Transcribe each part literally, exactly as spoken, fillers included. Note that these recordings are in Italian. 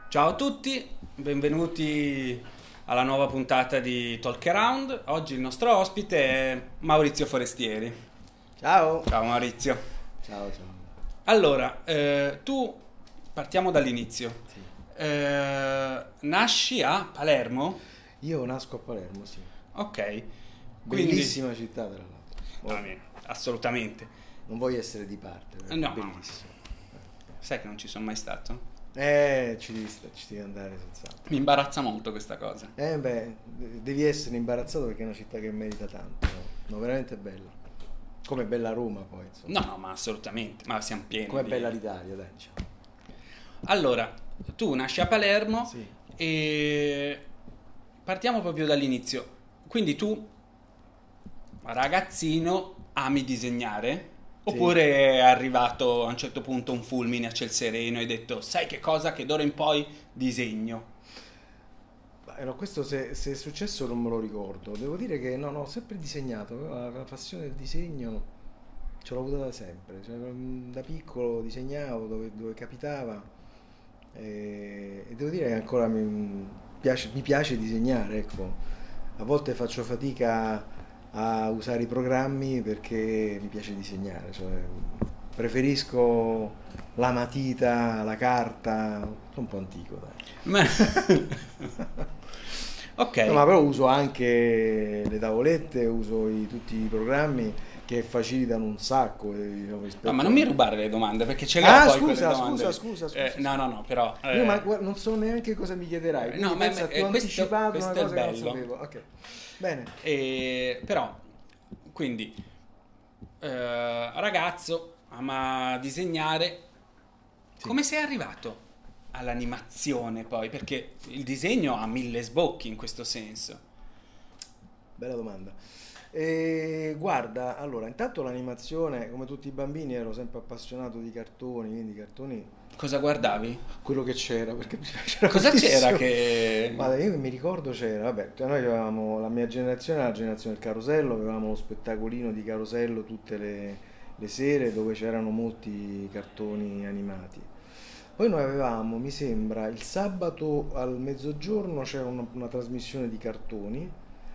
Ciao a tutti, benvenuti alla nuova puntata di Talk Around. Oggi il nostro ospite è Maurizio Forestieri. Ciao. Ciao Maurizio. Ciao, ciao. Allora, eh, tu partiamo dall'inizio. Sì. Eh, nasci a Palermo? Io nasco a Palermo, sì. Ok, quindi... Bellissima città, tra l'altro. Va bene, assolutamente. Non voglio essere di parte, perché No, è bellissimo. sai che non ci sono mai stato? Eh, ci devi, sta- ci devi andare senz'altro. Mi imbarazza molto questa cosa. Eh, beh, de- devi essere imbarazzato perché è una città che merita tanto. No, no, veramente bella. Come è bella Roma, poi, insomma. No, no, ma assolutamente, ma siamo pieni Come è di... bella l'Italia, dai, diciamo. Allora, tu nasci a Palermo Sì. e partiamo proprio dall'inizio. Quindi tu, ragazzino, ami disegnare? Sì. Oppure è arrivato a un certo punto un fulmine a ciel sereno e hai detto, sai che cosa, che d'ora in poi disegno? Ma, eh, no, questo se, se è successo non me lo ricordo. Devo dire che no, no, ho sempre disegnato. La, la passione del disegno ce l'ho avuta da sempre. Cioè, mm, da piccolo disegnavo dove, dove capitava e, e devo dire che ancora mi piace, mi piace disegnare, ecco. A volte faccio fatica a usare i programmi perché mi piace disegnare, cioè, preferisco la matita, la carta, sono un po' antico, dai. Ma- Ok. No, ma però uso anche le tavolette, uso i- tutti i programmi che facilitano un sacco, eh, diciamo, rispetto No, ma non a... mi rubare le domande perché ce le ho Ah, poi quelle scusa, domande. scusa, scusa, scusa, Eh, scusa. no, no, no, però... Io ma eh, guarda, non so neanche cosa mi chiederai, quindi no, ma pensa, ti eh, ho questo, anticipato questo una è il cosa che non bello. sapevo. Ok, bene. E, però, quindi, eh, ragazzo, ama disegnare. Sì. Come sei arrivato all'animazione poi? Perché il disegno ha mille sbocchi in questo senso. Bella domanda. E guarda, allora, intanto l'animazione, come tutti i bambini, ero sempre appassionato di cartoni, quindi cartoni, Cosa guardavi? quello che c'era, perché mi piaceva Cosa c'era tantissimo. che... Guarda, io mi ricordo c'era, vabbè, cioè noi avevamo, la mia generazione era la generazione del Carosello, avevamo lo spettacolino di Carosello tutte le, le sere dove c'erano molti cartoni animati. Poi noi avevamo, mi sembra, il sabato al mezzogiorno c'era una, una trasmissione di cartoni.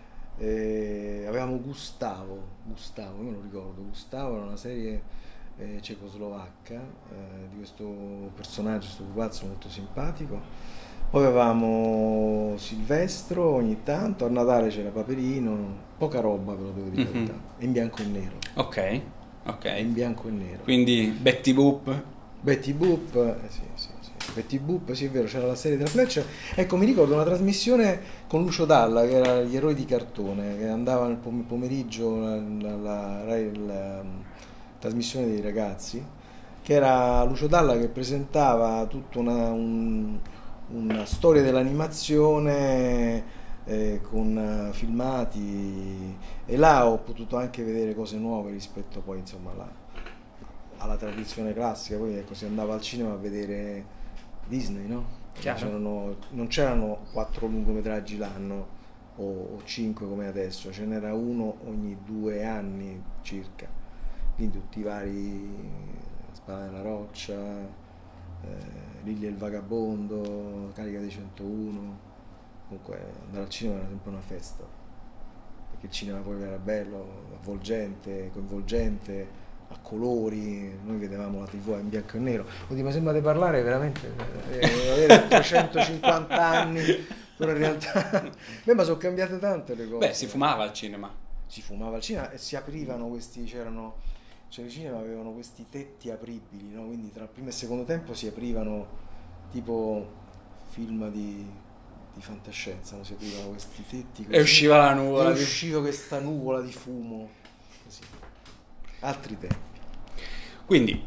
Eh, avevamo Gustavo, Gustavo, io me lo ricordo, Gustavo era una serie eh, cecoslovacca eh, di questo personaggio, questo pupazzo molto simpatico. Poi avevamo Silvestro ogni tanto, a Natale c'era Paperino, poca roba però devo dire la Mhm. verità, e in bianco e nero, Ok, ok. in bianco e nero. Quindi Betty Boop. Betty Boop, eh, sì, sì, sì. Betty Boop, sì è vero, c'era la serie della Fletcher. Ecco, mi ricordo una trasmissione con Lucio Dalla, che era Gli eroi di cartone, che andava nel pom- pomeriggio, la, la- la- Rai- la, um, trasmissione dei ragazzi, che era Lucio Dalla che presentava tutta una, un- una storia dell'animazione eh, con eh, filmati, e là ho potuto anche vedere cose nuove rispetto poi insomma alla alla tradizione classica. Poi ecco, si andava al cinema a vedere Disney, no? Non Chiaro. c'erano, non c'erano quattro lungometraggi l'anno o, o cinque come adesso, ce n'era uno ogni due anni circa, quindi tutti i vari Spada della Roccia, eh, Lily e il Vagabondo, Carica dei centouno. Comunque andare al cinema era sempre una festa, perché il cinema poi era bello, avvolgente, coinvolgente, a colori. Noi vedevamo la tivù in bianco e nero. Oddio, ma sembra di parlare veramente eh, avere trecentocinquanta anni, però in realtà beh, ma sono cambiate tante le cose. Beh, si fumava al cinema. Si fumava al cinema e si aprivano questi, c'erano, cioè i cinema avevano questi tetti apribili, no? Quindi tra il primo e il secondo tempo si aprivano tipo film di, di fantascienza, no? Si aprivano questi tetti così, E usciva la nuvola e di- usciva questa nuvola di fumo, così. Altri tempi. Quindi,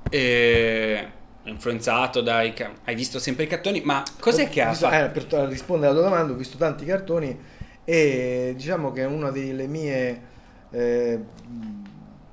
eh, influenzato dai... ca- Hai visto sempre i cartoni, ma cos'è che Ho ha visto- fatto? eh, per to- rispondere alla tua domanda, ho visto tanti cartoni e diciamo che una delle mie eh, mh,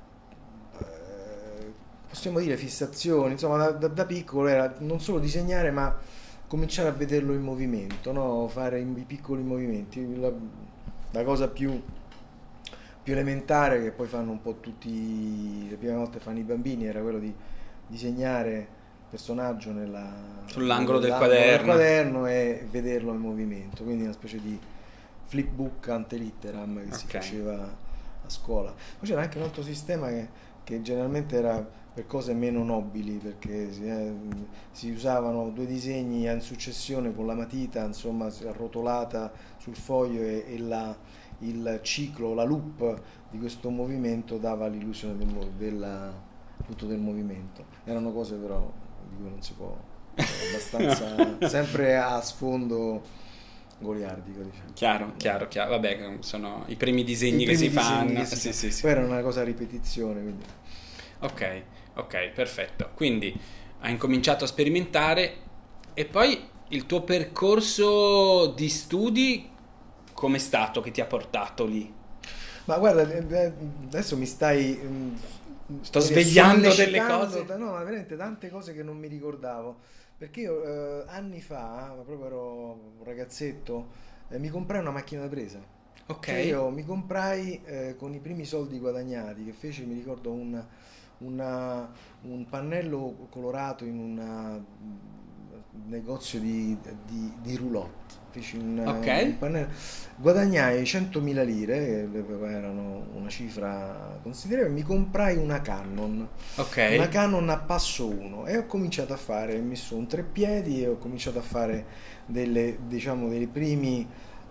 eh, possiamo dire fissazioni, insomma, da, da- da piccolo era non solo disegnare, ma cominciare a vederlo in movimento, no? Fare i piccoli movimenti. La, la cosa più, più elementare che poi fanno un po' tutti, le prime volte fanno i bambini, era quello di disegnare personaggio nella, sull'angolo del nell'angolo quaderno. del quaderno e vederlo in movimento, quindi una specie di flipbook ante litteram che si Ok. faceva a scuola. Poi c'era anche un altro sistema che, che generalmente era per cose meno nobili, perché si, eh, si usavano due disegni in successione con la matita, insomma, arrotolata sul foglio, e, e la, il ciclo, la loop di questo movimento dava l'illusione del, mo- della, appunto del movimento. Erano cose però di cui non si può, abbastanza, sempre a sfondo goliardico, diciamo. Chiaro, chiaro, chiaro. Vabbè, sono i primi disegni I che primi si disegni fanno. che si Sì, fa- sì, sì. Poi era una cosa a ripetizione, quindi. Ok, ok, perfetto. Quindi hai incominciato a sperimentare e poi il tuo percorso di studi com'è stato che ti ha portato lì? Ma guarda, eh, eh, adesso mi stai mm, Sto come dire, svegliando delle sollecitando, cose. no, ma veramente tante cose che non mi ricordavo. Perché io eh, anni fa, ma proprio ero un ragazzetto, eh, mi comprai una macchina da presa. Cioè Ok, io mi comprai eh, con i primi soldi guadagnati, che feci, mi ricordo, un, una- un pannello colorato in un negozio di, di, di roulotte. Feci un, ok, un pannello, guadagnai centomila lire, che all'epoca erano una cifra considerevole, mi comprai una Canon, una ok, Canon a passo uno, e ho cominciato a fare, ho messo un treppiedi e ho cominciato a fare delle, diciamo, dei primi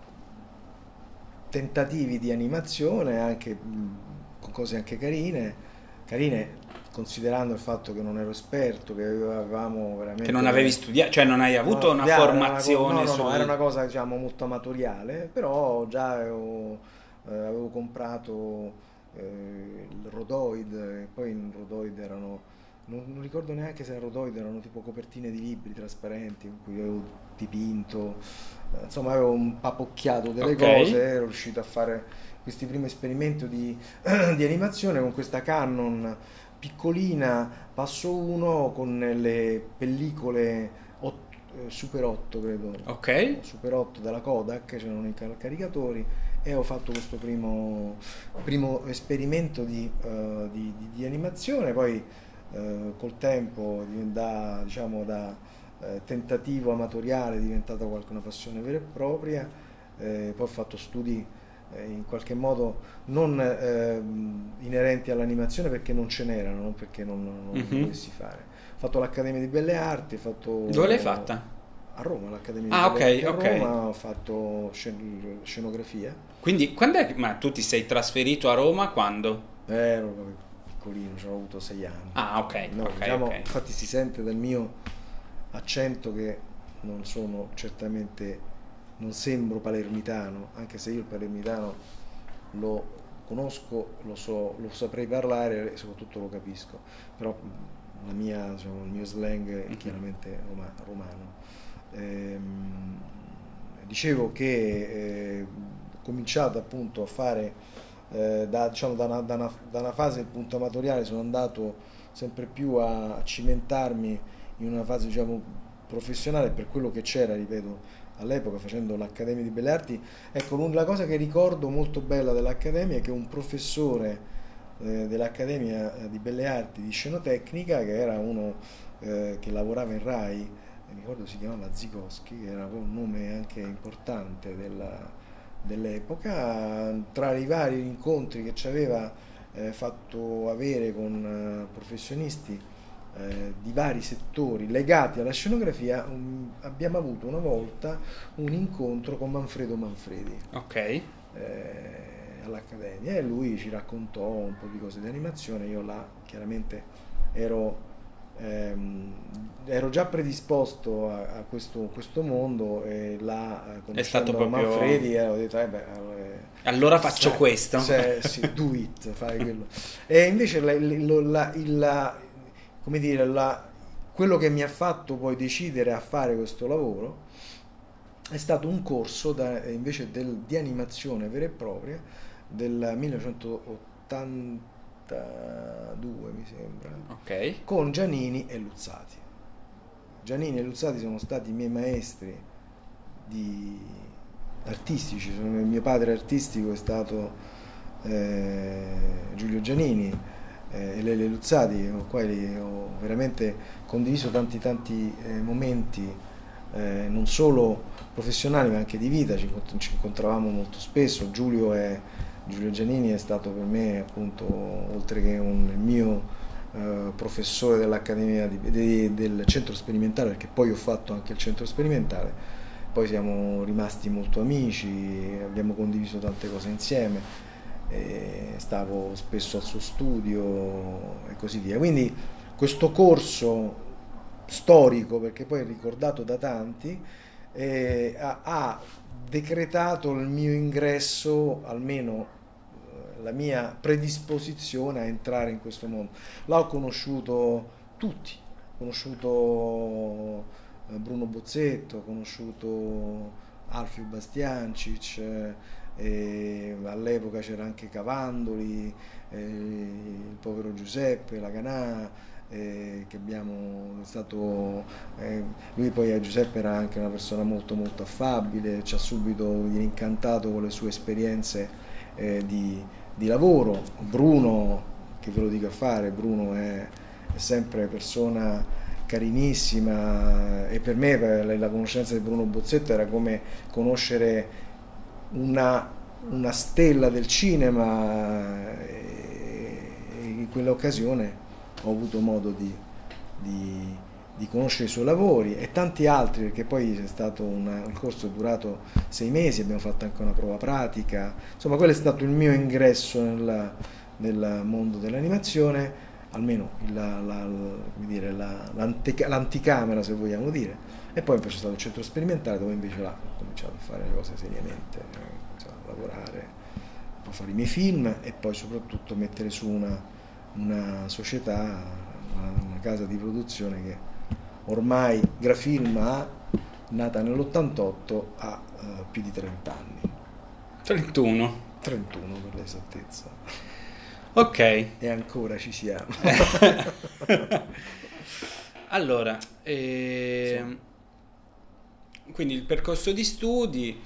tentativi di animazione, anche mh, con cose anche carine, carine considerando il fatto che non ero esperto, che avevamo che non veramente avevi delle- studiato, cioè non hai non avuto ho una studiato, era una cosa, no, formazione no, no, era una sul... cosa diciamo molto amatoriale, però già avevo, eh, avevo comprato eh, il Rodoid, e poi in Rodoid erano, non, non ricordo neanche se erano Rodoid, erano tipo copertine di libri trasparenti con cui avevo dipinto, eh, insomma avevo un papocchiato delle Ok, cose, ero riuscito a fare questi primi esperimenti di, di animazione con questa Canon piccolina, passo uno, con le pellicole ot- eh, Super otto, credo, ok, Super otto della Kodak, c'erano i car- caricatori, e ho fatto questo primo, primo esperimento di, eh, di- di- di animazione. Poi eh, col tempo, da, diciamo, da eh, tentativo amatoriale, è diventata qualche una passione vera e propria. Eh, poi ho fatto studi eh, in qualche modo non ehm, inerenti all'animazione, perché non ce n'erano, non perché non, non li mhm. volessi fare. Ho fatto l'Accademia di Belle Arti, ho Dove l'hai fatto fatta? a Roma, l'Accademia di Ah, Belle Arti ok, a ok. Roma, ho fatto scen- scenografia. Quindi, quando è che... Ma tu ti sei trasferito a Roma quando? Eh, ero proprio piccolino, ci ho avuto sei anni. Ah, ok, No, ok, diciamo, ok. infatti si sente dal mio accento che non sono certamente, non sembro palermitano, anche se io il palermitano lo conosco, lo so, lo saprei parlare e soprattutto lo capisco, però la mia, diciamo, il mio slang è Mhm. chiaramente roma- romano. Ehm, dicevo che eh, ho cominciato appunto a fare eh, da, diciamo, da, una, da, una, da una fase appunto amatoriale, sono andato sempre più a cimentarmi in una fase, diciamo, professionale, per quello che c'era, ripeto, all'epoca, facendo l'Accademia di Belle Arti. Ecco, la cosa che ricordo molto bella dell'Accademia è che un professore eh, dell'Accademia di Belle Arti di Scenotecnica, che era uno eh, che lavorava in Rai, mi ricordo si chiamava Zikowski, che era un nome anche importante della, dell'epoca, tra i vari incontri che ci aveva eh, fatto avere con eh, professionisti eh, di vari settori legati alla scenografia, um, abbiamo avuto una volta un incontro con Manfredo Manfredi Ok, eh, all'Accademia, e lui ci raccontò un po' di cose di animazione. Io là chiaramente ero, ehm, ero già predisposto a, a questo, questo mondo, e là eh, è stato conoscendo proprio... Manfredi eh, ho detto eh beh, eh, Allora faccio sai, questo. se- sì, do it, fai quello. E invece la, il- la- il- la- come dire, la- quello che mi ha fatto poi decidere a fare questo lavoro è stato un corso da- invece del- di animazione vera e propria del millenovecentottantadue, mi sembra, Ok, con Giannini e Luzzati. Giannini e Luzzati sono stati i miei maestri di artistici. Il mio padre artistico è stato eh, Giulio Giannini, eh, e Lele Luzzati, con i quali ho veramente condiviso tanti tanti eh, momenti, eh, non solo professionali ma anche di vita. Ci, ci incontravamo molto spesso. Giulio, è, Giulio Giannini è stato per me, appunto, oltre che un, il mio Uh, professore dell'Accademia di, de, del centro sperimentale, perché poi ho fatto anche il centro sperimentale, poi siamo rimasti molto amici, abbiamo condiviso tante cose insieme, e stavo spesso al suo studio e così via. Quindi questo corso storico, perché poi è ricordato da tanti, eh, ha, ha decretato il mio ingresso, almeno la mia predisposizione a entrare in questo mondo. Là ho conosciuto tutti, ho conosciuto Bruno Bozzetto, ho conosciuto Alfio Bastiancic, eh, all'epoca c'era anche Cavandoli, eh, il povero Giuseppe, la Canà, eh, che abbiamo è stato eh, lui poi eh, Giuseppe era anche una persona molto molto affabile, ci ha subito incantato con le sue esperienze eh, di di lavoro. Bruno, che ve lo dico a fare, Bruno è, è sempre persona carinissima, e per me per la conoscenza di Bruno Bozzetto era come conoscere una, una stella del cinema, e, e in quell'occasione ho avuto modo di, di di conoscere i suoi lavori e tanti altri, perché poi è stato una, il corso è durato sei mesi, abbiamo fatto anche una prova pratica, insomma quello è stato il mio ingresso nel, nel mondo dell'animazione, almeno la, la, come dire, la, l'antica, l'anticamera, se vogliamo dire. E poi invece è stato il centro sperimentale, dove invece là ho cominciato a fare le cose seriamente, a lavorare, a fare i miei film e poi soprattutto mettere su una, una società, una, una casa di produzione che ormai Grafilm ha, nata nell'ottantotto, ha uh, più di trenta anni. trentuno. trentuno per l'esattezza. Ok. E ancora ci siamo. Allora, eh, sì. Quindi il percorso di studi,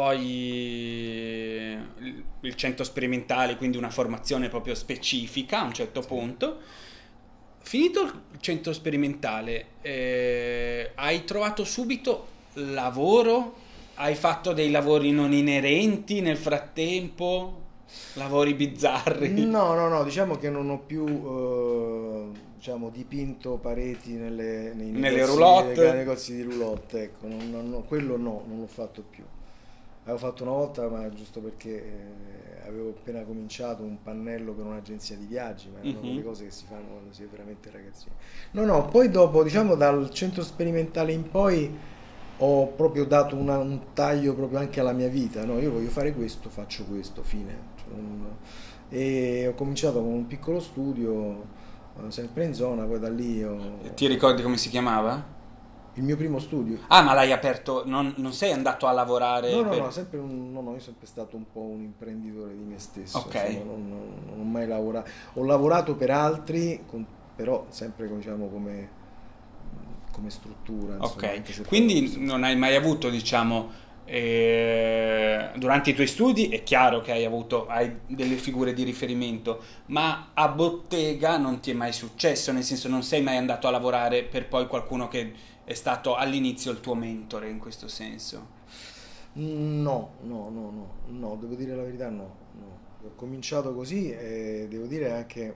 poi il, il centro sperimentale, quindi una formazione proprio specifica a un certo sì. punto. Finito il centro sperimentale, eh, hai trovato subito lavoro? Hai fatto dei lavori non inerenti nel frattempo? Lavori bizzarri? No, no, no, diciamo che non ho più eh, diciamo, dipinto pareti nelle, nei nelle negozi, roulotte? nei negozi di roulotte, ecco, non, non, no, quello no, non l'ho fatto più. Avevo fatto una volta, ma giusto perché eh, avevo appena cominciato un pannello per un'agenzia di viaggi, ma erano Mm-hmm. quelle cose che si fanno quando si è veramente ragazzini. No, no, poi dopo, diciamo dal centro sperimentale in poi ho proprio dato una, un taglio proprio anche alla mia vita, no? Io voglio fare questo, faccio questo, fine. Cioè, un, e ho cominciato con un piccolo studio, eh, sempre in zona, poi da lì ho... Ti ricordi come si chiamava? Il mio primo studio. Ah, ma l'hai aperto, non, non sei andato a lavorare? No, no, per... no, sempre un, no, no, io sono sempre stato un po' un imprenditore di me stesso. Ok. Insomma, non, non, non ho mai lavorato. Ho lavorato per altri, con, però sempre diciamo come, come struttura. Insomma, Ok, quindi poi, non hai mai avuto, diciamo, eh, durante i tuoi studi è chiaro che hai avuto hai delle figure di riferimento, ma a bottega non ti è mai successo, nel senso non sei mai andato a lavorare per poi qualcuno che è stato all'inizio il tuo mentore in questo senso? No, no, no, no, no, devo dire la verità, no, no. Ho cominciato così e devo dire anche,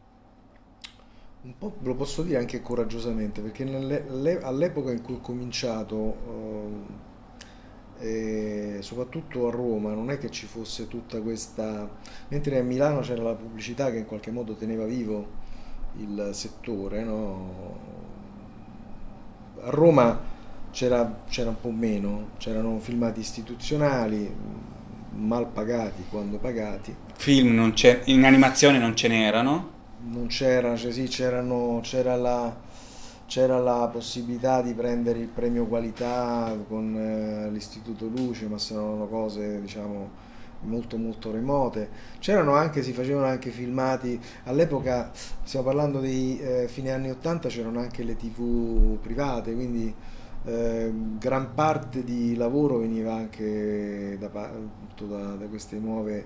un po' lo posso dire anche coraggiosamente, perché nelle- le- all'epoca in cui ho cominciato, eh, e soprattutto a Roma, non è che ci fosse tutta questa, mentre a Milano c'era la pubblicità che in qualche modo teneva vivo il settore, no? A Roma c'era, c'era un po' meno, c'erano filmati istituzionali, mal pagati quando pagati. Film non c'è, in animazione non ce n'erano? Non c'era, cioè sì, c'erano, c'era la, c'era la possibilità di prendere il premio qualità con eh, l'Istituto Luce, ma sono cose, diciamo, molto molto remote. C'erano anche, si facevano anche filmati, all'epoca, stiamo parlando dei eh, fine anni ottanta, c'erano anche le tivù private, quindi eh, gran parte di lavoro veniva anche da, da, da queste nuove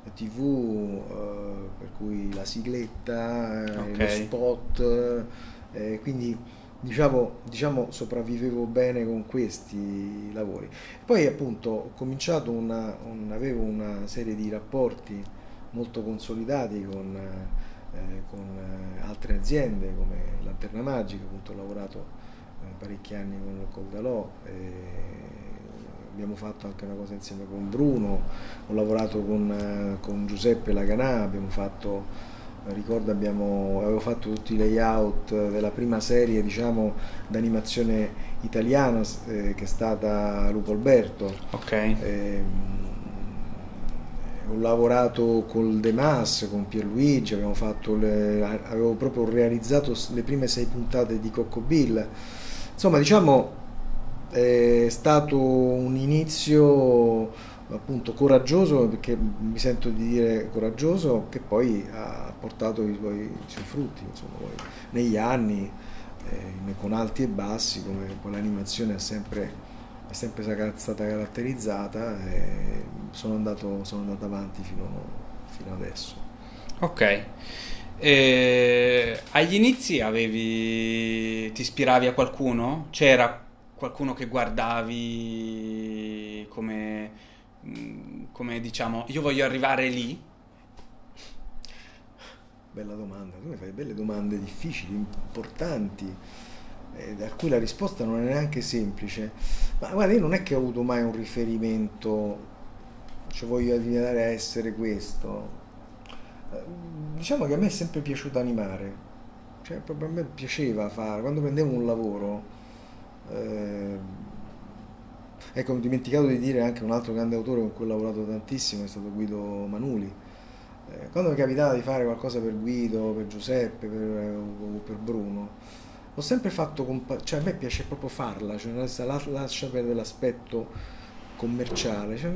tivù, eh, per cui la sigletta, eh, lo Ok. spot, eh, quindi diciamo, diciamo sopravvivevo bene con questi lavori. Poi appunto ho cominciato una, un- avevo una serie di rapporti molto consolidati con, eh, con eh, altre aziende come Lanterna Magica, appunto ho lavorato eh, parecchi anni con il Coldalò, abbiamo fatto anche una cosa insieme con Bruno, ho lavorato con, eh, con Giuseppe Laganà, abbiamo fatto, eh, ricordo abbiamo, avevo fatto tutti i layout della prima serie diciamo d'animazione italiana eh, che è stata Lupo Alberto. Ok. Ehm, ho lavorato col De Mas, con Pierluigi, abbiamo fatto le, avevo proprio realizzato le prime sei puntate di Cocco Bill. Insomma, diciamo, è stato un inizio appunto coraggioso, perché mi sento di dire coraggioso, che poi ha portato i suoi, i suoi frutti, insomma, poi, negli anni, eh, con alti e bassi, come poi l'animazione è sempre è sempre stata caratterizzata e sono andato, sono andato avanti fino, fino adesso. Ok. E agli inizi avevi, ti ispiravi a qualcuno? C'era qualcuno che guardavi come, mm, come diciamo, io voglio arrivare lì? Bella domanda, tu mi fai delle domande difficili, importanti, eh, a cui la risposta non è neanche semplice. Ma guarda, io non è che ho avuto mai un riferimento, cioè voglio diventare a essere questo. Eh, Diciamo che a me è sempre piaciuto animare, cioè proprio a me piaceva fare, quando prendevo un lavoro, eh, ecco, ho dimenticato di dire anche un altro grande autore con cui ho lavorato tantissimo, è stato Guido Manuli. Eh, quando mi capitava di fare qualcosa per Guido, per Giuseppe, per, o per Bruno, l'ho sempre fatto con, pa- cioè a me piace proprio farla, cioè non sta- la- lascia perdere l'aspetto commerciale, cioè,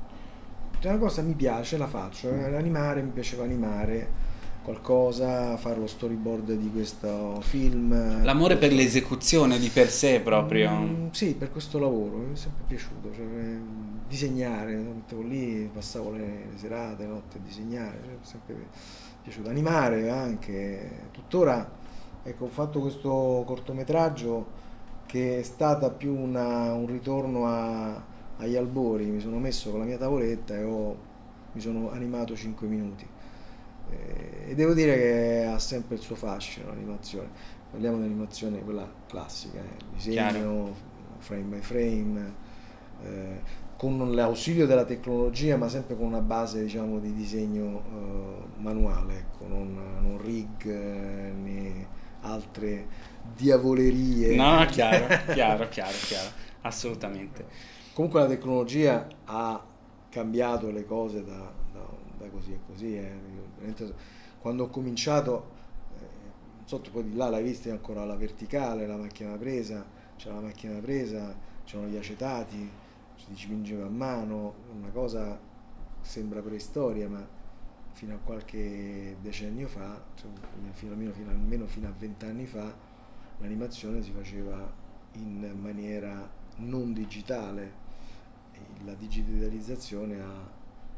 cioè una cosa mi piace, la faccio, eh, animare, mi piaceva animare qualcosa, fare lo storyboard di questo film, L'amore per questo- l'esecuzione di per sé proprio. Mm, sì, per questo lavoro mi è sempre piaciuto, cioè, eh, disegnare, mi mettevo lì, passavo le, le serate, le notti a disegnare, cioè, mi è sempre piaciuto. Animare anche, tuttora, ecco, ho fatto questo cortometraggio che è stata più una- un ritorno a- agli albori, mi sono messo con la mia tavoletta e ho, mi sono animato cinque minuti. Eh, e devo dire che ha sempre il suo fascino l'animazione. Parliamo di animazione quella classica, eh, Chiaro. disegno frame by frame, eh, con l'ausilio della tecnologia, ma sempre con una base diciamo di disegno eh, manuale, ecco, non, non rig eh, né altre diavolerie. No, no, chiaro, chiaro, chiaro, chiaro, assolutamente. Comunque la tecnologia ha cambiato le cose da, da- da così a così. eh. Io veramente quando ho cominciato, eh, non so, tu poi di là l'hai vista ancora la verticale, la macchina da presa, c'era la macchina da presa, c'erano gli acetati, si dipingeva a mano, una cosa che sembra preistoria, ma fino a qualche decennio fa, insomma, fino almeno fino, almeno fino a vent'anni fa, l'animazione si faceva in maniera non digitale. E la digitalizzazione ha,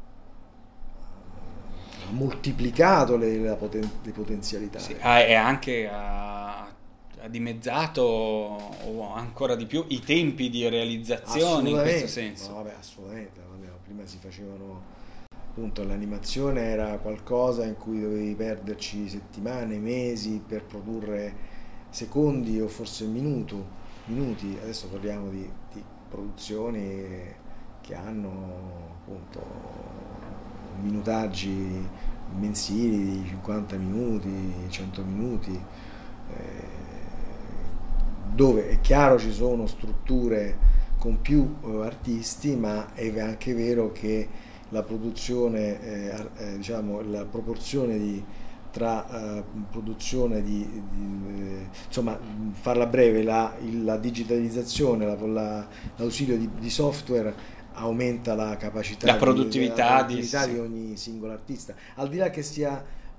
ha moltiplicato le, la poten- le potenzialità. Sì, ecco. ah, e anche ha, ha dimezzato o ancora di più i tempi di realizzazione in questo Assolutamente, senso. no, vabbè, assolutamente. Vabbè, prima si facevano, appunto, l'animazione era qualcosa in cui dovevi perderci settimane, mesi per produrre secondi o forse minuto, minuti. Adesso parliamo di, di produzioni che hanno appunto minutaggi mensili di cinquanta minuti, cento minuti, eh, dove è chiaro ci sono strutture con più eh, artisti, ma è anche vero che la produzione, eh, ar- eh, diciamo, la proporzione di, tra eh, produzione di, di eh, insomma, farla breve, la, il- la digitalizzazione, la- la- l'ausilio di, di software aumenta la capacità, La di, la produttività di... produttività sì. di ogni singolo artista, al di là che sia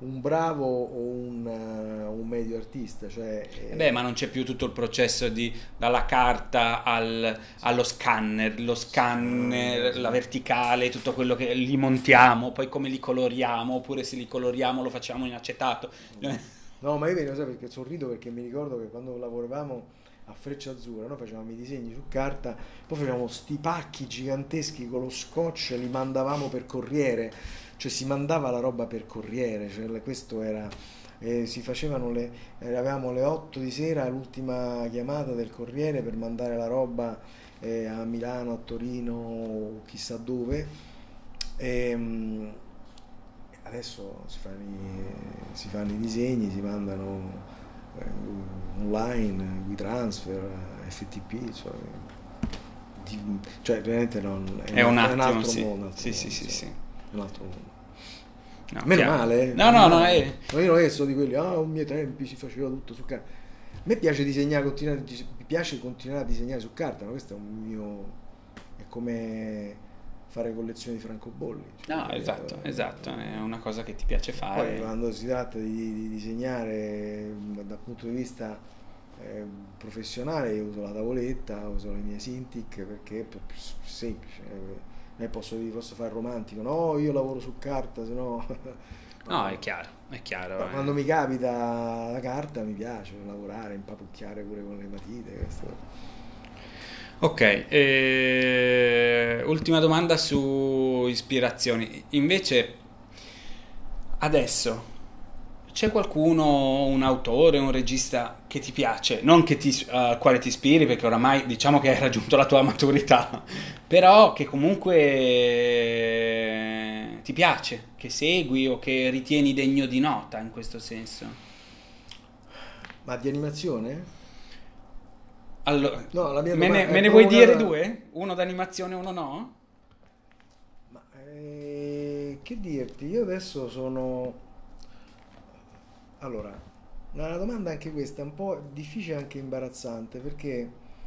un bravo o un, uh, un medio artista, cioè, eh beh, ma non c'è più tutto il processo di dalla carta al, allo scanner, lo scanner, la verticale, tutto quello che li montiamo, poi come li coloriamo, oppure se li coloriamo lo facciamo in acetato. No, ma io ve ne so perché sorrido, perché mi ricordo che quando lavoravamo a Freccia Azzurra noi facevamo i disegni su carta, poi facevamo sti pacchi giganteschi con lo scotch, li mandavamo per corriere, cioè si mandava la roba per corriere, cioè questo era, eh, si facevano le, eh, avevamo le otto di sera l'ultima chiamata del corriere per mandare la roba eh, a Milano, a Torino, chissà dove. E, mh, adesso si fanno, i, si fanno i disegni, si mandano eh, online, WeTransfer, F T P, cioè, di, cioè veramente non, è, È un è attimo, un altro sì. mondo, un altro Sì, mondo, sì, sì, sì. è un altro mondo. No, Meno chiaro. male, eh. No, no, no, è... Ma io non è che so di quelli, ah, ai miei tempi si faceva tutto su carta. A me piace disegnare, continuare, mi piace continuare a disegnare su carta, ma questo è un mio, è come fare collezioni di francobolli. Cioè, No, esatto, eh, esatto, è una cosa che ti piace fare. Poi quando si tratta di, di disegnare dal punto di vista eh, professionale, io uso la tavoletta, uso le mie Cintiq perché è più, più semplice. Non posso, posso fare il romantico, no, io lavoro su carta, se no... No, è chiaro, è chiaro. Ma eh. quando mi capita la carta mi piace lavorare, impapucchiare pure con le matite. Questo. Ok, eh, ultima domanda su ispirazioni. Invece, adesso c'è qualcuno, un autore, un regista che ti piace? Non che ti, al quale ti ispiri, perché oramai diciamo che hai raggiunto la tua maturità, però che comunque ti piace, che segui o che ritieni degno di nota in questo senso. Ma di animazione? Allora, No, la mia me ne, domanda è me ne vuoi provocata- dire due? Uno d'animazione e uno no? Ma eh, che dirti? Io adesso sono... Allora, una domanda anche questa, un po' difficile e anche imbarazzante, perché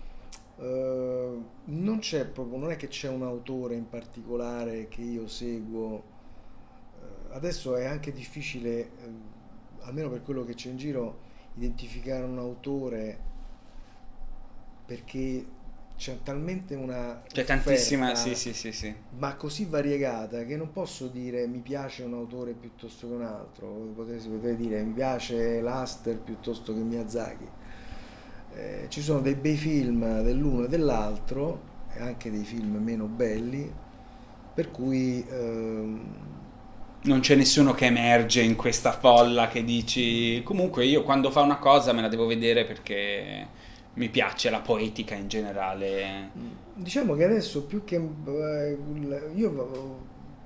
eh, non c'è proprio, non è che c'è un autore in particolare che io seguo. Eh, adesso è anche difficile, eh, almeno per quello che c'è in giro, identificare un autore perché c'è talmente una C'è tantissima, offerta, sì, sì, sì, sì. ma così variegata che non posso dire mi piace un autore piuttosto che un altro. Potrei, potrei dire mi piace Laster piuttosto che Miyazaki. Eh, ci sono dei bei film dell'uno e dell'altro e anche dei film meno belli, per cui ehm, Non c'è nessuno che emerge in questa folla che dici comunque io quando fa una cosa me la devo vedere perché mi piace la poetica in generale. diciamo che adesso più che eh, io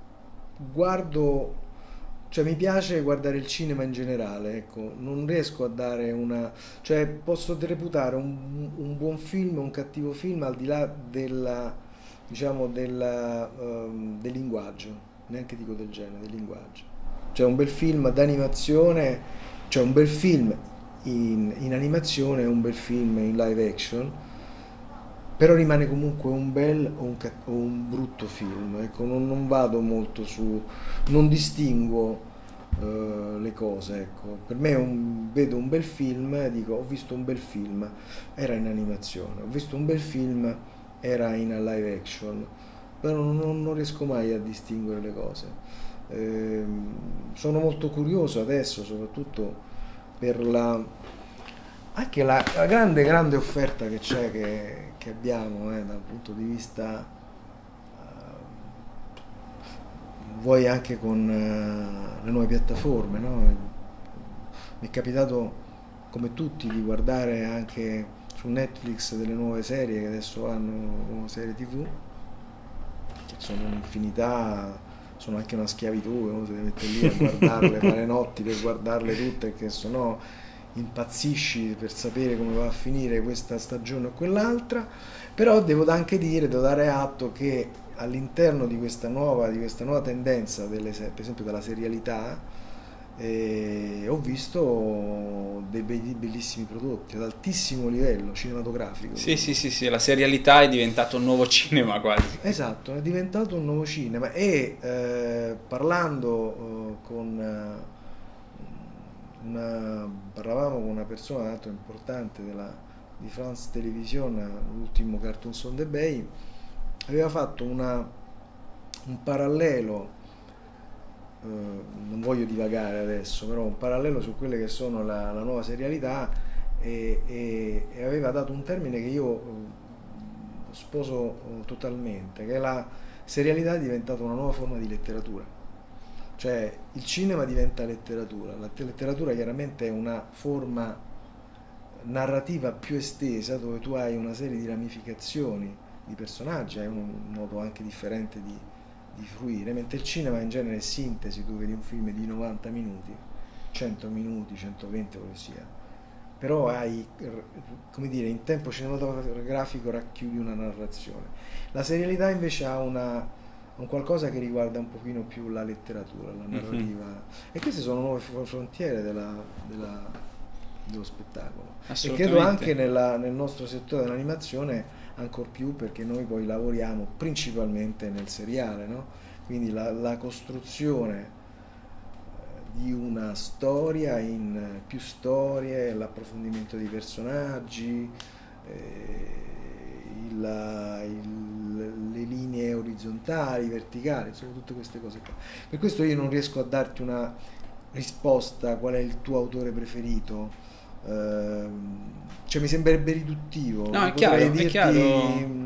guardo, cioè mi piace guardare il cinema in generale, ecco, non riesco a dare una, cioè posso reputare un, un buon film o un cattivo film al di là della, diciamo, della, ehm, del linguaggio, neanche dico del genere, del linguaggio. Cioè un bel film d'animazione, cioè un bel film in, in animazione e un bel film in live action, però rimane comunque un bel o un, cat- o un brutto film, ecco, non, non vado molto su, non distinguo eh, le cose, ecco. Per me un- vedo un bel film, dico ho visto un bel film, era in animazione, ho visto un bel film, era in live action, però non, non riesco mai a distinguere le cose. Ehm, sono molto curioso adesso, soprattutto per la, anche la, la grande grande offerta che c'è, che, che abbiamo eh, dal punto di vista eh, vuoi anche con eh, le nuove piattaforme, no? Mi è capitato come tutti di guardare anche su Netflix delle nuove serie che adesso hanno serie tv che sono un'infinità, sono anche una schiavitù, uno si deve mettere lì a guardarle, fare notti per guardarle tutte, perché sennò impazzisci per sapere come va a finire questa stagione o quell'altra. Però devo anche dire, devo dare atto che all'interno di questa nuova, di questa nuova tendenza, delle, per esempio della serialità, eh, ho visto dei belli- bellissimi prodotti ad altissimo livello cinematografico. Sì, sì, sì, sì, la serialità è diventato un nuovo cinema quasi. Esatto, è diventato un nuovo cinema e eh, parlando eh, con, eh, una, parlavamo con una persona tanto importante della, di France Television, l'ultimo Cartoons on the Bay, aveva fatto una, un parallelo, eh, non voglio divagare adesso, però un parallelo su quelle che sono la, la nuova serialità e, e, e aveva dato un termine che io eh, sposo eh, totalmente, che è la serialità è diventata una nuova forma di letteratura. Cioè il cinema diventa letteratura, la letteratura chiaramente è una forma narrativa più estesa dove tu hai una serie di ramificazioni di personaggi, hai un modo anche differente di, di fruire, mentre il cinema in genere è sintesi, tu vedi un film di novanta minuti, cento minuti, centoventi o che sia, però hai, come dire, in tempo cinematografico racchiudi una narrazione. La serialità invece ha una un qualcosa che riguarda un pochino più la letteratura, la narrativa, mm-hmm. e queste sono nuove frontiere della, della, dello spettacolo e credo anche nella, nel nostro settore dell'animazione ancor più, perché noi poi lavoriamo principalmente nel seriale, no? Quindi la, la costruzione di una storia in più storie, l'approfondimento dei personaggi, eh, il, il, le linee orizzontali, verticali, insomma tutte queste cose qua. Per questo io non riesco a darti una risposta qual è il tuo autore preferito, eh, cioè mi sembrerebbe riduttivo. No, è chiaro, dirti, è chiaro.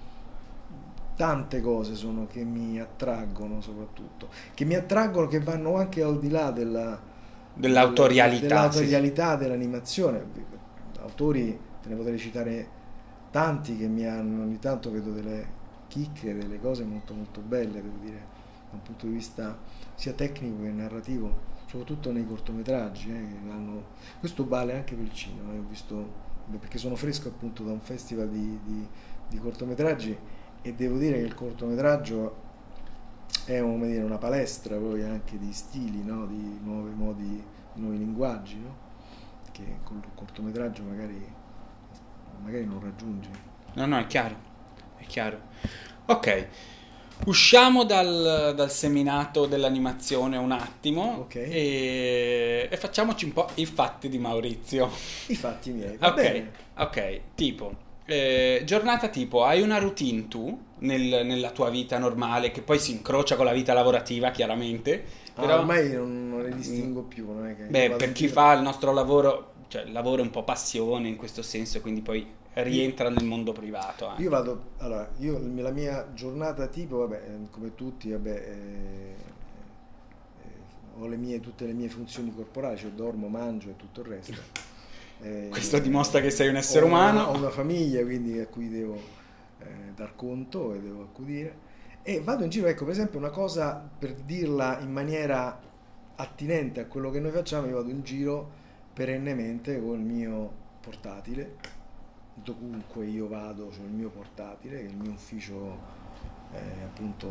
Tante cose sono che mi attraggono, soprattutto che mi attraggono, che vanno anche al di là della dell'autorialità, dell'autorialità sì. dell'animazione. Autori, te ne potrei citare tanti che mi hanno, ogni tanto vedo delle chicche, delle cose molto molto belle, devo dire, da un punto di vista sia tecnico che narrativo, soprattutto nei cortometraggi, eh, che hanno, questo vale anche per il cinema, io ho visto, perché sono fresco appunto da un festival di, di, di cortometraggi, e devo dire che il cortometraggio è, come dire, una palestra poi anche di stili, no? Di nuovi modi, di nuovi linguaggi, no? Che col cortometraggio magari, magari non raggiungi. No, no, è chiaro, è chiaro. Ok, usciamo dal, dal seminato dell'animazione un attimo, okay. e, e facciamoci un po' i fatti di Maurizio. I fatti miei, va ok, bene. Ok, tipo... Eh, giornata tipo, hai una routine tu nel, nella tua vita normale che poi si incrocia con la vita lavorativa, chiaramente, però ah, ormai non, non le distingo più, non è che beh, per chi fa il nostro lavoro, cioè il lavoro è un po' passione in questo senso, quindi poi rientra nel mondo privato anche. Io vado, allora, io la mia giornata tipo, vabbè, come tutti, vabbè, eh, eh, ho le mie, tutte le mie funzioni corporali, cioè dormo, mangio e tutto il resto. Eh, Questo dimostra che sei un essere ho umano. Una, ho una famiglia, quindi a cui devo eh, dar conto e devo accudire, e vado in giro, ecco, per esempio una cosa, per dirla in maniera attinente a quello che noi facciamo, io vado in giro perennemente con il mio portatile, dovunque io vado c'ho il mio portatile, che è il mio ufficio eh, appunto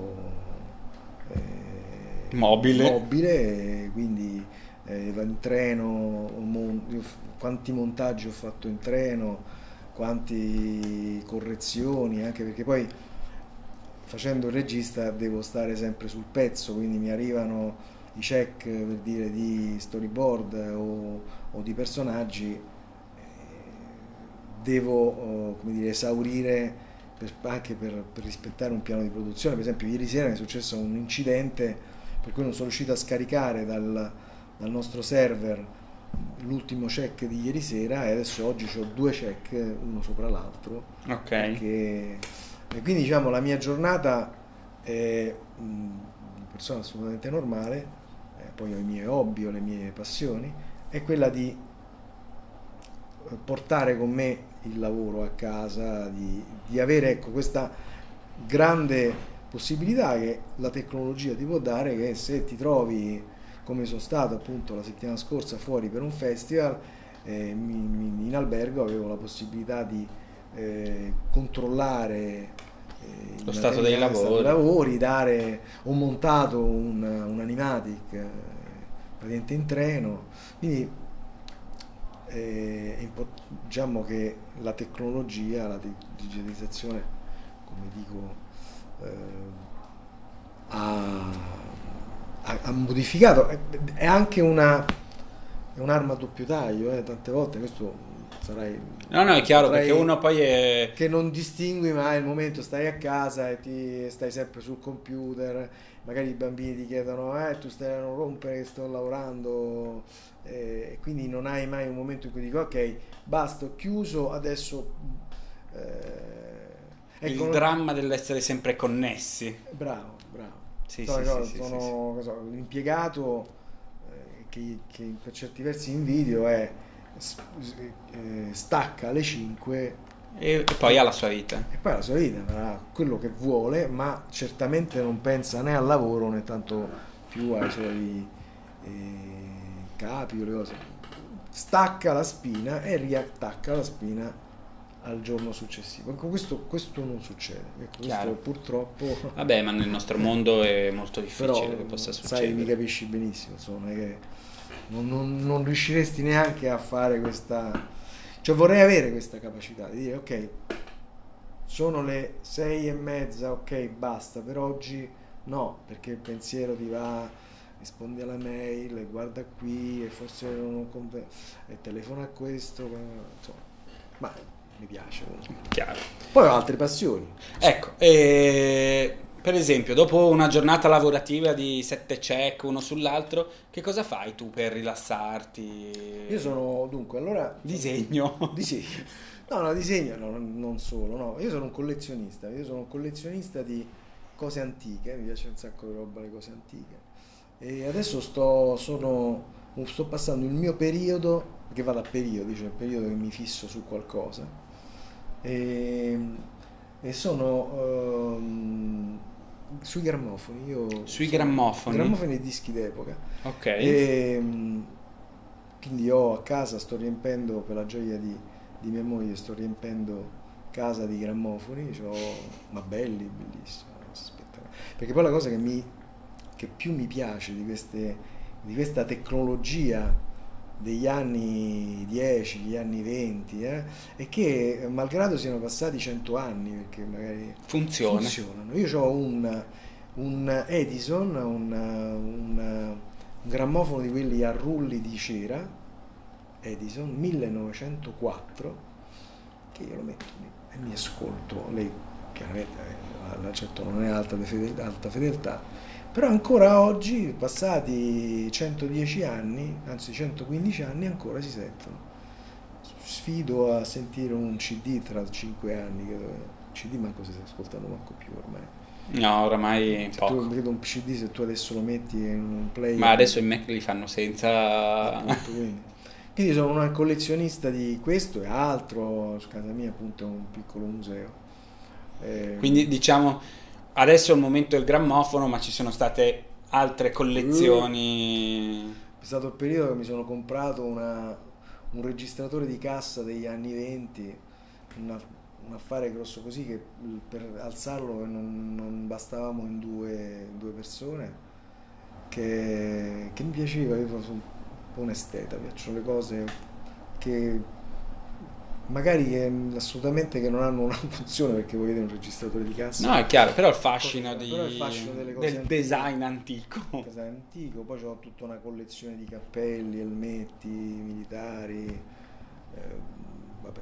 eh, mobile, mobile, quindi eh, in treno, quanti montaggi ho fatto in treno, quante correzioni, anche perché poi facendo il regista devo stare sempre sul pezzo, quindi mi arrivano i check, per dire, di storyboard o, o di personaggi, eh, devo oh, come dire, esaurire per, anche per, per rispettare un piano di produzione. Per esempio ieri sera mi è successo un incidente per cui non sono riuscito a scaricare dal dal nostro server l'ultimo check di ieri sera, e adesso oggi ho due check uno sopra l'altro. Ok. Perché, e quindi diciamo la mia giornata è una persona assolutamente normale, eh, poi ho i miei hobby, ho le mie passioni, è quella di portare con me il lavoro a casa, di, di avere, ecco, questa grande possibilità che la tecnologia ti può dare, che se ti trovi, come sono stato appunto la settimana scorsa fuori per un festival, eh, mi, mi, in albergo avevo la possibilità di eh, controllare eh, lo stato dei lavori. lavori, dare, ho montato un, un animatic eh, praticamente in treno, quindi eh, diciamo che la tecnologia, la digitalizzazione, come dico, eh, ha ha modificato, è anche una, è un'arma a doppio taglio, eh, tante volte questo sarai... No, no, è chiaro, potrai- perché uno poi è... che non distingui mai il momento, stai a casa e ti stai sempre sul computer, magari i bambini ti chiedono, eh, tu stai a non rompere che sto lavorando, eh, e quindi non hai mai un momento in cui dico, ok, basta, ho chiuso, adesso... eh, il ecco, dramma dell'essere sempre connessi. bravo, bravo. Sì, Sono, sì, sono- sì, sì, sì, sì. sono- che so, l'impiegato eh, che, che per certi versi in video è s- s- eh, stacca alle cinque E, e poi ha la sua vita. e poi la sua vita farà quello che vuole, ma certamente non pensa né al lavoro né tanto più ai suoi eh, capi o le cose. Stacca la spina e riattacca la spina al giorno successivo. Ecco, questo, questo non succede. Ecco, questo Chiaro. purtroppo. Vabbè, ma nel nostro mondo è molto difficile Però, che possa sai, mi succedere. capisci benissimo, insomma, che non, non- non riusciresti neanche a fare questa... Cioè vorrei avere questa capacità di dire, ok, sono le sei e mezza, ok, basta, per oggi no, perché il pensiero ti va, rispondi alla mail, e guarda qui, e forse non ho conv- e telefona a questo, insomma, ma mi piace comunque. Chiaro. Poi ho altre passioni. Ecco, e, per esempio, dopo una giornata lavorativa di sette check uno sull'altro, che cosa fai tu per rilassarti? Io sono, dunque, allora... Disegno. Disegno. No, no, disegno no, non solo, no. Io sono un collezionista, io sono un collezionista di cose antiche, mi piace un sacco di roba le cose antiche. E adesso sto, sono, sto passando il mio periodo, che vado a periodi, cioè il periodo che mi fisso su qualcosa. E, e sono ehm, sui grammofoni, io Sui sono- grammofoni? grammofoni e dischi d'epoca. Ok. E, mh, quindi ho a casa, sto riempendo, per la gioia di, di mia moglie, sto riempendo casa di grammofoni, c'ho, ma belli, bellissimi, spettacolari. Perché poi la cosa che, mi, che più mi piace di, queste, di questa tecnologia degli anni dieci, gli anni venti, eh, è che malgrado siano passati cento anni, perché magari Funziona. funzionano. Io ho un, un Edison, un, un, un grammofono di quelli a rulli di cera, Edison millenovecentoquattro, che io lo metto lì e mi ascolto. Lei chiaramente eh, certo non è alta fedeltà, alta fedeltà, però ancora oggi, passati centodieci anni, anzi centoquindici anni, ancora si sentono. Sfido a sentire un C D tra cinque anni, che C D manco si sta ascoltando manco più ormai. No, oramai Se poco. tu vedo un C D, se tu adesso lo metti in un player, Ma adesso i Mac li fanno senza... appunto, quindi. Quindi sono un collezionista di questo e altro, su casa mia appunto è un piccolo museo. Eh, Quindi diciamo, adesso è il momento del grammofono, ma ci sono state altre collezioni. è stato il periodo che mi sono comprato una- un registratore di cassa degli anni venti, una- un affare grosso così che per alzarlo non, non bastavamo in due, due persone, che, che mi piaceva. Io sono un po' un esteta, piacciono le cose che magari che assolutamente che non hanno una funzione, perché voi vedete un registratore di cassa, No, è chiaro, però il fascino, di... Però il fascino delle cose del antiche. design antico. Casa antico, poi ho tutta una collezione di cappelli, elmetti militari, eh, vabbè,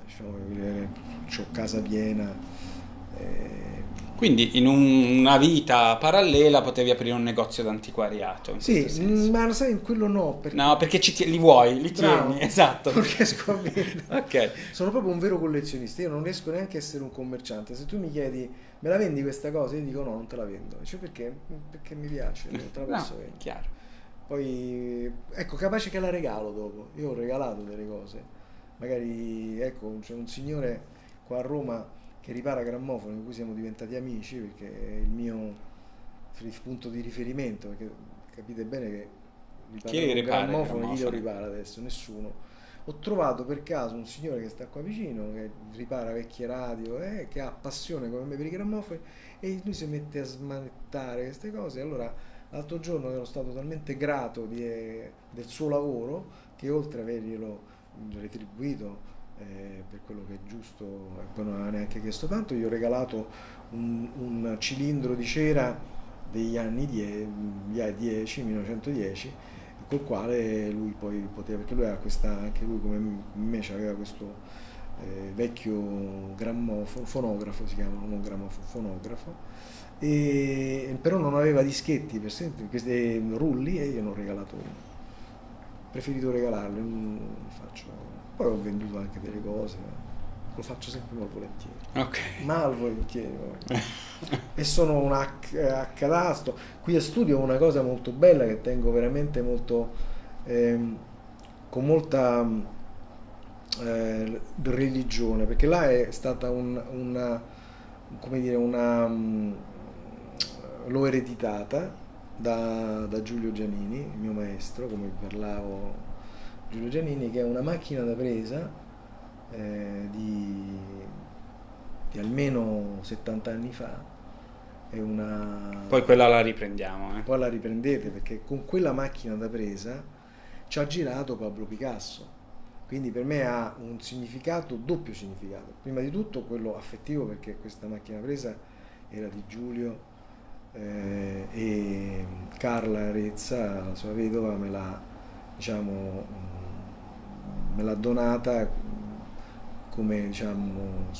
ho casa piena. eh. Quindi in un- una vita parallela potevi aprire un negozio d'antiquariato, in Sì, questo senso. mm, ma sai, quello no, perché No, perché ci tie- li vuoi, li Bravo. tieni, esatto. non riesco a vendere. Ok. Sono proprio un vero collezionista, io non riesco neanche a essere un commerciante. Se tu mi chiedi, me la vendi questa cosa? Io dico no, non te la vendo. Cioè perché? Perché mi piace, non te la No, posso vendere. chiaro. Poi, ecco, capace che la regalo dopo. Io ho regalato delle cose. Magari, ecco, c'è un signore qua a Roma che ripara grammofoni, con cui siamo diventati amici, perché è il mio punto di riferimento, perché capite bene che Chi riparare un ripara i grammofono, chi lo grammofoni? ripara adesso? Nessuno. Ho trovato per caso un signore che sta qua vicino, che ripara vecchie radio, eh, che ha passione come me per i grammofoni, e lui si mette a smanettare queste cose. Allora l'altro giorno ero stato talmente grato di, eh, del suo lavoro, che oltre ad averglielo retribuito eh, per quello che è giusto, e poi non aveva neanche chiesto tanto, gli ho regalato un, un cilindro di cera degli anni dieci, millenovecentodieci, col quale lui poi poteva, perché lui aveva questa, anche lui come me aveva questo eh, vecchio grammofono, fonografo si chiama, non grammofono, fonografo, e, però non aveva dischetti, per esempio, questi rulli, e io ne ho regalato uno. Ho preferito regalarlo, non faccio. Poi ho venduto anche delle cose, lo faccio sempre mal volentieri. Ok. Mal volentieri. E sono un accadasto. Qui a studio ho una cosa molto bella che tengo veramente molto, ehm, con molta eh, religione, perché là è stata un, una, come dire, una, um, l'ho ereditata da, da Giulio Giannini, il mio maestro, come parlavo, Giulio Giannini, che è una macchina da presa eh, di, di almeno settanta anni fa. È una... Poi quella la riprendiamo. Eh. Poi la riprendete, perché con quella macchina da presa ci ha girato Pablo Picasso. Quindi per me ha un significato, doppio significato. Prima di tutto quello affettivo, perché questa macchina da presa era di Giulio, eh, e Carla Rezza, la sua vedova, me l'ha, diciamo, me l'ha donata come, diciamo,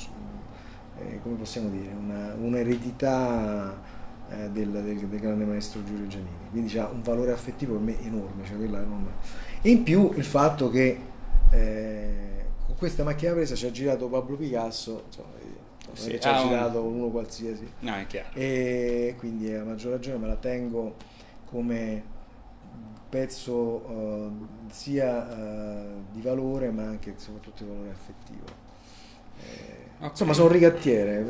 eh, come possiamo dire, una, un'eredità eh, del, del, del grande maestro Giulio Giannini. Quindi ha un valore affettivo per me enorme, cioè quella non... E in più il fatto che eh, con questa macchina presa ci ha girato Pablo Picasso, insomma, sì, ci ha ah, girato uno qualsiasi, no, è chiaro. E quindi a maggior ragione me la tengo come pezzo uh, sia uh, di valore, ma anche soprattutto di valore affettivo. Eh, okay. Insomma, sono un rigattiere.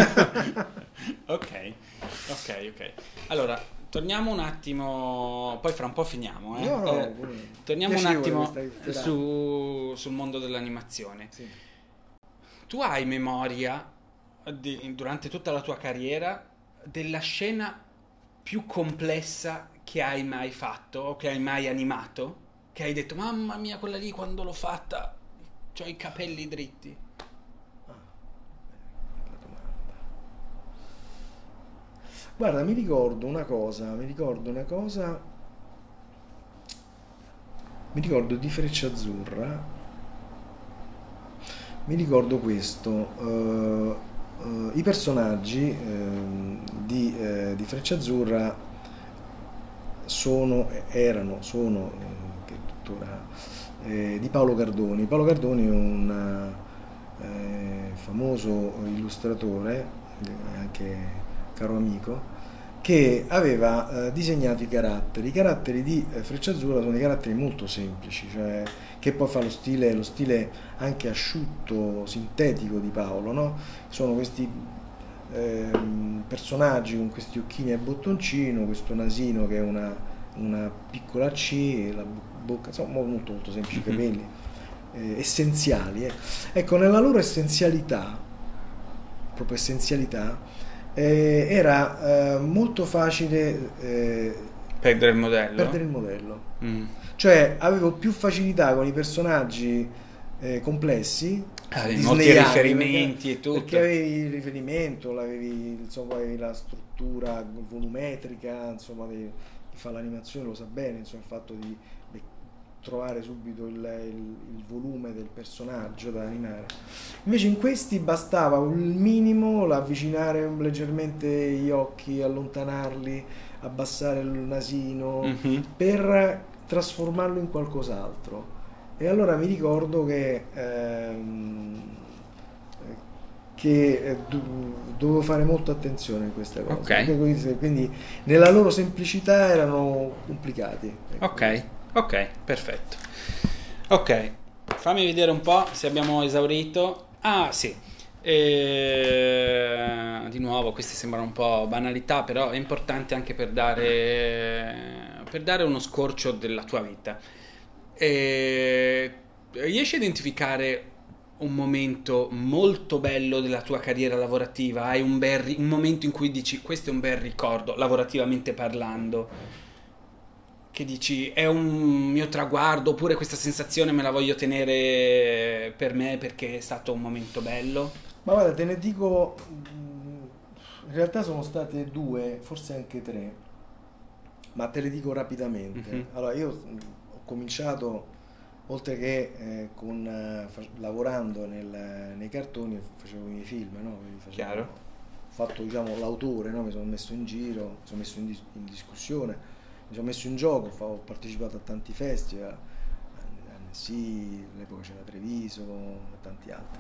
ok, ok, ok. Allora, torniamo un attimo, poi fra un po' finiamo. Eh? No, no, eh, torniamo un attimo su, sul mondo dell'animazione. Sì. Tu hai memoria di, durante tutta la tua carriera della scena più complessa che hai mai fatto o che hai mai animato? Che hai detto, mamma mia, quella lì quando l'ho fatta c'ho i capelli dritti. Ah, bella domanda. Guarda, mi ricordo una cosa, mi ricordo una cosa, mi ricordo di Frecciazzurra, mi ricordo questo, uh, uh, i personaggi uh, di, uh, di Frecciazzurra sono, erano, sono, eh, che tuttora, eh, di Paolo Cardoni. Paolo Cardoni è un eh, famoso illustratore, anche caro amico, che aveva eh, disegnato i caratteri. I caratteri di eh, Frecciazzurra sono dei caratteri molto semplici, cioè che poi fa lo stile, lo stile anche asciutto, sintetico di Paolo, no? Sono questi eh, personaggi con questi occhini a bottoncino, questo nasino che è una, una piccola C, la bocca, insomma molto molto semplici, i capelli eh, essenziali. Eh. Ecco, nella loro essenzialità, proprio essenzialità, Eh, era eh, molto facile eh, perdere il modello. Perdere il modello. Mm. Cioè avevo più facilità con i personaggi eh, complessi, avevi molti riferimenti perché, e tutto. Perché avevi il riferimento, l'avevi, insomma, avevi la struttura volumetrica, insomma, di, chi fa l'animazione lo sa bene, insomma, il fatto di, di trovare subito il, il, il volume del personaggio da animare. Invece in questi bastava un minimo, avvicinare leggermente gli occhi, allontanarli, abbassare il nasino, mm-hmm. per trasformarlo in qualcos'altro. E allora mi ricordo che ehm, che dovevo fare molta attenzione in queste cose, okay. Quindi, quindi nella loro semplicità erano complicati, ecco. Ok. Ok, perfetto. Ok, fammi vedere un po' se abbiamo esaurito. Ah, sì. E... Di nuovo, queste sembrano un po' banalità, però è importante anche per dare, per dare uno scorcio della tua vita. E... Riesci a identificare un momento molto bello della tua carriera lavorativa? Hai un, bel, un momento in cui dici, questo è un bel ricordo, lavorativamente parlando? Che dici è un mio traguardo, oppure questa sensazione me la voglio tenere per me perché è stato un momento bello? Ma guarda, te ne dico, in realtà sono state due, forse anche tre. ma te le dico rapidamente. Mhm. Allora, io mh, ho cominciato, oltre che eh, con, eh, fa- lavorando nel- nei cartoni, facevo i miei film, no? Quindi facevo- Chiaro. ho fatto, diciamo, l'autore, no? Mi sono messo in giro, mi sono messo in, dis- in discussione, mi sono messo in gioco, fa- ho partecipato a tanti festival, a Annecy, all'epoca c'era Treviso, e tanti altri.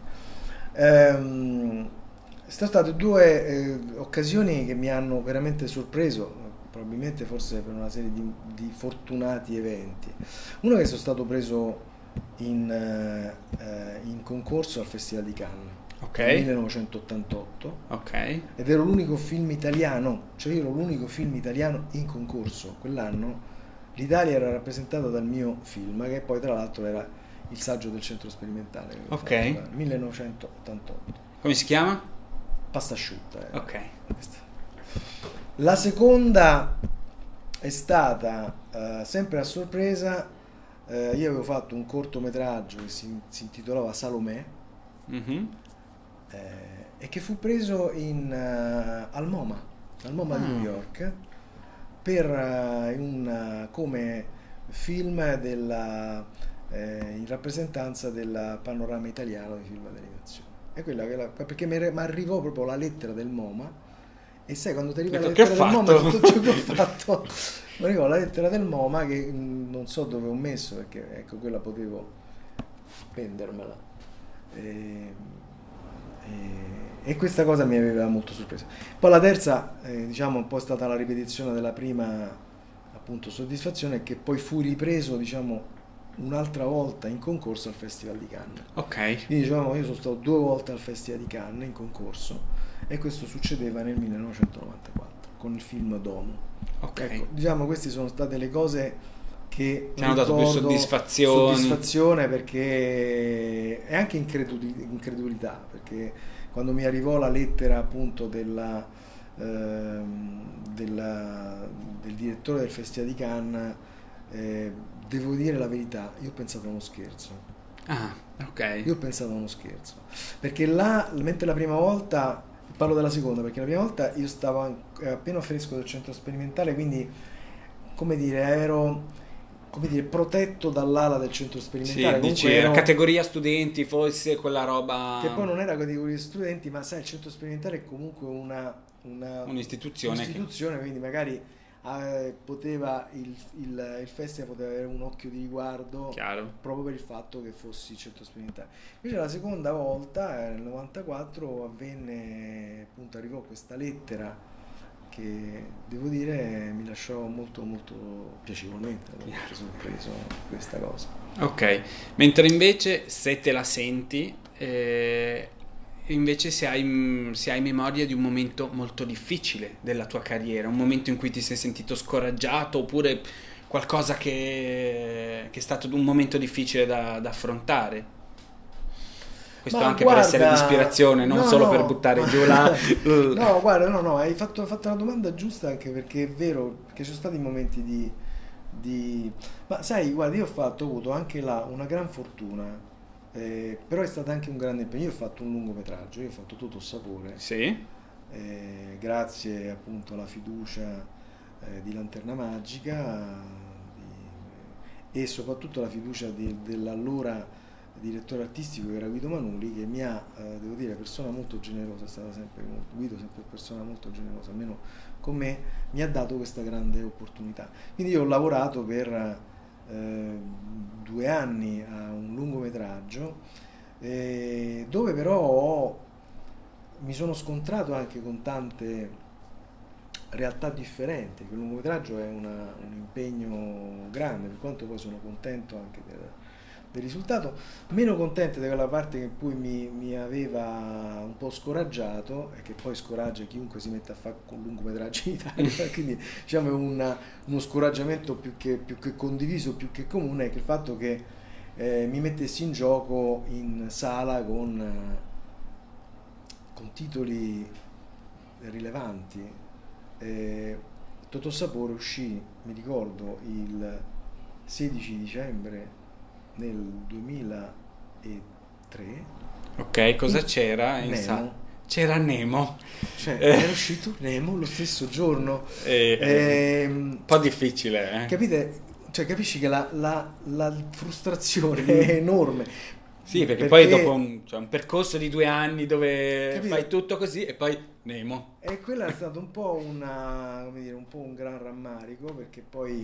Ehm, sono state due eh, occasioni che mi hanno veramente sorpreso, probabilmente forse per una serie di, di fortunati eventi. Uno che sono stato preso in, eh, eh, in concorso al Festival di Cannes Ok. nel millenovecentottantotto Ok. ed ero l'unico film italiano, cioè io ero l'unico film italiano in concorso quell'anno. L'Italia era rappresentata dal mio film, che poi tra l'altro era il saggio del centro sperimentale che avevo Ok. fatto nel millenovecentottantotto. Come si chiama? Pasta asciutta. era Ok. questa. La seconda è stata eh, sempre a sorpresa. Eh, io avevo fatto un cortometraggio che si, si intitolava Salomè Mhm. eh, e che fu preso in, eh, al MoMA, al MoMA di Ah. New York per eh, un, come film della, eh, in rappresentanza del panorama italiano di film d'animazione. E quella che la- perché mi arrivò proprio la lettera del MoMA e sai quando ti arriva la Ho detto, lettera "Che ho del MoMA fatto?" tutto ciò che ho fatto mi arrivò la lettera del MoMA che mh, non so dove ho messo perché ecco quella potevo spendermela e, e- e questa cosa mi aveva molto sorpreso. Poi la terza eh, diciamo un po' è stata la ripetizione della prima appunto soddisfazione che poi fu ripreso diciamo un'altra volta in concorso al Festival di Cannes. Ok. Quindi diciamo io sono stato due volte al Festival di Cannes in concorso e questo succedeva nel millenovecentonovantaquattro con il film Domo. Ok. Ecco, diciamo queste sono state le cose che Ti hanno dato più ricordo- soddisfazioni. soddisfazione perché è anche increduli- incredulità perché quando mi arrivò la lettera appunto della, ehm, della- del direttore del Festival di Cannes eh, devo dire la verità, io ho pensato a uno scherzo. Ah, ok. Io ho pensato a uno scherzo, perché là, mentre la prima volta, parlo della seconda, perché la prima volta io stavo an- appena fresco del centro sperimentale, quindi, come dire, ero, come dire, protetto dall'ala del centro Sì, sperimentale, dici, comunque ero, categoria studenti, forse quella roba... che poi non era categoria di studenti, ma sai, il centro sperimentale è comunque una, una Un'istituzione che- un'istituzione, quindi magari eh, poteva il, il, il festival poteva avere un occhio di riguardo Chiaro. proprio per il fatto che fossi centro sperimentale. Invece la seconda volta, eh, nel novantaquattro, avvenne, appunto, arrivò questa lettera che devo dire mi lasciò molto molto piacevolmente, ero molto sorpreso di questa cosa. Ok, mentre invece se te la senti, eh, invece se hai, se hai memoria di un momento molto difficile della tua carriera, un momento in cui ti sei sentito scoraggiato oppure qualcosa che, che è stato un momento difficile da, da affrontare. Questo Ma anche guarda, per essere di ispirazione, non no, solo no, per buttare ma- giù la... No, guarda, no, no, hai fatto, hai fatto una domanda giusta anche perché è vero, perché ci sono stati momenti di, di... Ma sai, guarda, io ho fatto, ho avuto anche là una gran fortuna, eh, però è stato anche un grande impegno. Io ho fatto un lungometraggio, io ho fatto Tutto Sapore, Sì? eh, grazie appunto alla fiducia eh, di Lanterna Magica di- e soprattutto la fiducia di- dell'allora direttore artistico che era Guido Manuli che mi ha, eh, devo dire, persona molto generosa, è stata sempre molto, Guido è sempre persona molto generosa, almeno con me, mi ha dato questa grande opportunità. Quindi io ho lavorato per eh, due anni a un lungometraggio eh, dove però ho- mi sono scontrato anche con tante realtà differenti, che il lungometraggio è una- un impegno grande, per quanto poi sono contento anche del, del risultato, meno contento di quella parte che poi mi, mi aveva un po' scoraggiato e che poi scoraggia chiunque si mette a fare un lungometraggio in Italia, quindi diciamo è una- uno scoraggiamento più che, più che condiviso, più che comune, è che il fatto che eh, mi mettessi in gioco in sala con, eh, con titoli rilevanti. Eh, Totò Sapore uscì, mi ricordo, il sedici dicembre nel duemilatré. Ok, cosa In- c'era in Nemo. sala? c'era Nemo. Cioè, Eh. era uscito Nemo lo stesso giorno. Eh, Ehm, un po' difficile, eh? Capite? Cioè, capisci che la, la- la frustrazione è enorme. Sì, perché, poi dopo un, cioè, un percorso di due anni dove Capito? fai tutto così e poi Nemo. E quello è stato un po' una, come dire, un po' un gran rammarico, perché poi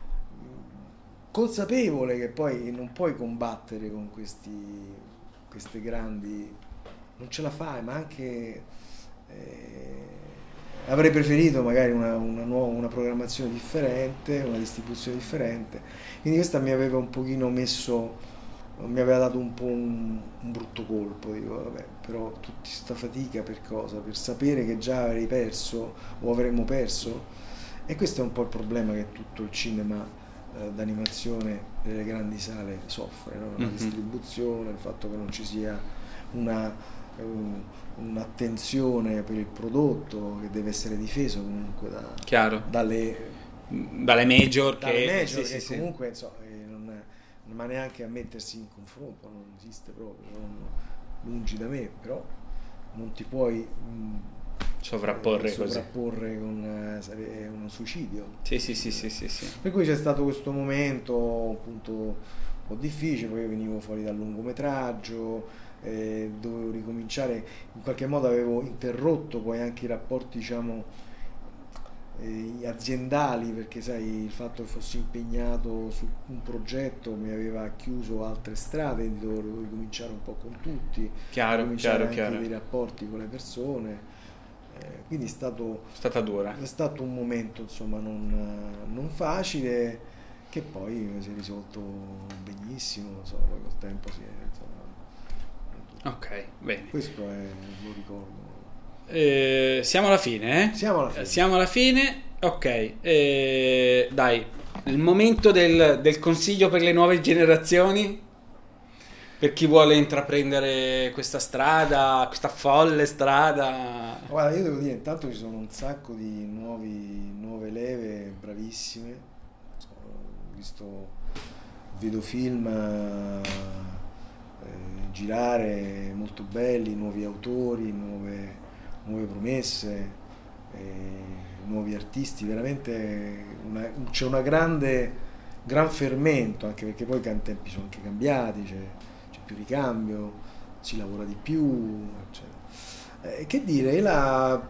mh, consapevole che poi non puoi combattere con questi queste grandi, non ce la fai, ma anche eh, avrei preferito magari una, una nuova, una programmazione differente, una distribuzione differente, quindi questa mi aveva un pochino messo, mi aveva dato un po' un, un brutto colpo, dico vabbè, però tutta questa fatica per cosa? Per sapere che già avrei perso o avremmo perso? E questo è un po' il problema che tutto il cinema eh, d'animazione delle grandi sale soffre, no? La Mhm. distribuzione, il fatto che non ci sia una, un- un'attenzione per il prodotto che deve essere difeso comunque da, Chiaro. dalle, Dalle major dalle che... major sì, che sì, sì. comunque insomma, eh, non, ma neanche a mettersi in confronto, non esiste proprio, non- lungi da me, però non ti puoi mh, Sovrapporre eh, così. sovrapporre con eh, sare- uno suicidio. Sì, sì, sì, sì, sì, sì. Per cui c'è stato questo momento appunto un po' difficile, poi io venivo fuori dal lungometraggio, eh, dovevo ricominciare, in qualche modo avevo interrotto poi anche i rapporti, diciamo, eh, aziendali, perché sai, il fatto che fossi impegnato su un progetto mi aveva chiuso altre strade, dovevo ricominciare un po' con tutti, Chiaro, ricominciare chiaro, anche chiaro. dei rapporti con le persone. Eh, quindi è stato, È stata dura. è stato un momento insomma non, non facile, che poi si è risolto benissimo, insomma, poi col tempo si è, insomma, Ok, bene. questo è, lo ricordo. Eh, siamo alla fine, eh? Siamo alla fine. Eh, Siamo alla fine. Ok, eh, dai, il momento del, del consiglio per le nuove generazioni, per chi vuole intraprendere questa strada, questa folle strada. Guarda, io devo dire, intanto ci sono un sacco di nuovi, nuove leve bravissime. Insomma, ho visto, vedo film eh, girare molto belli, nuovi autori, nuove, nuove promesse, eh, nuovi artisti, veramente una- c'è una grande, gran fermento, anche perché poi i tempi sono anche cambiati, c'è, c'è più ricambio, si lavora di più, eccetera. Eh, che dire, la,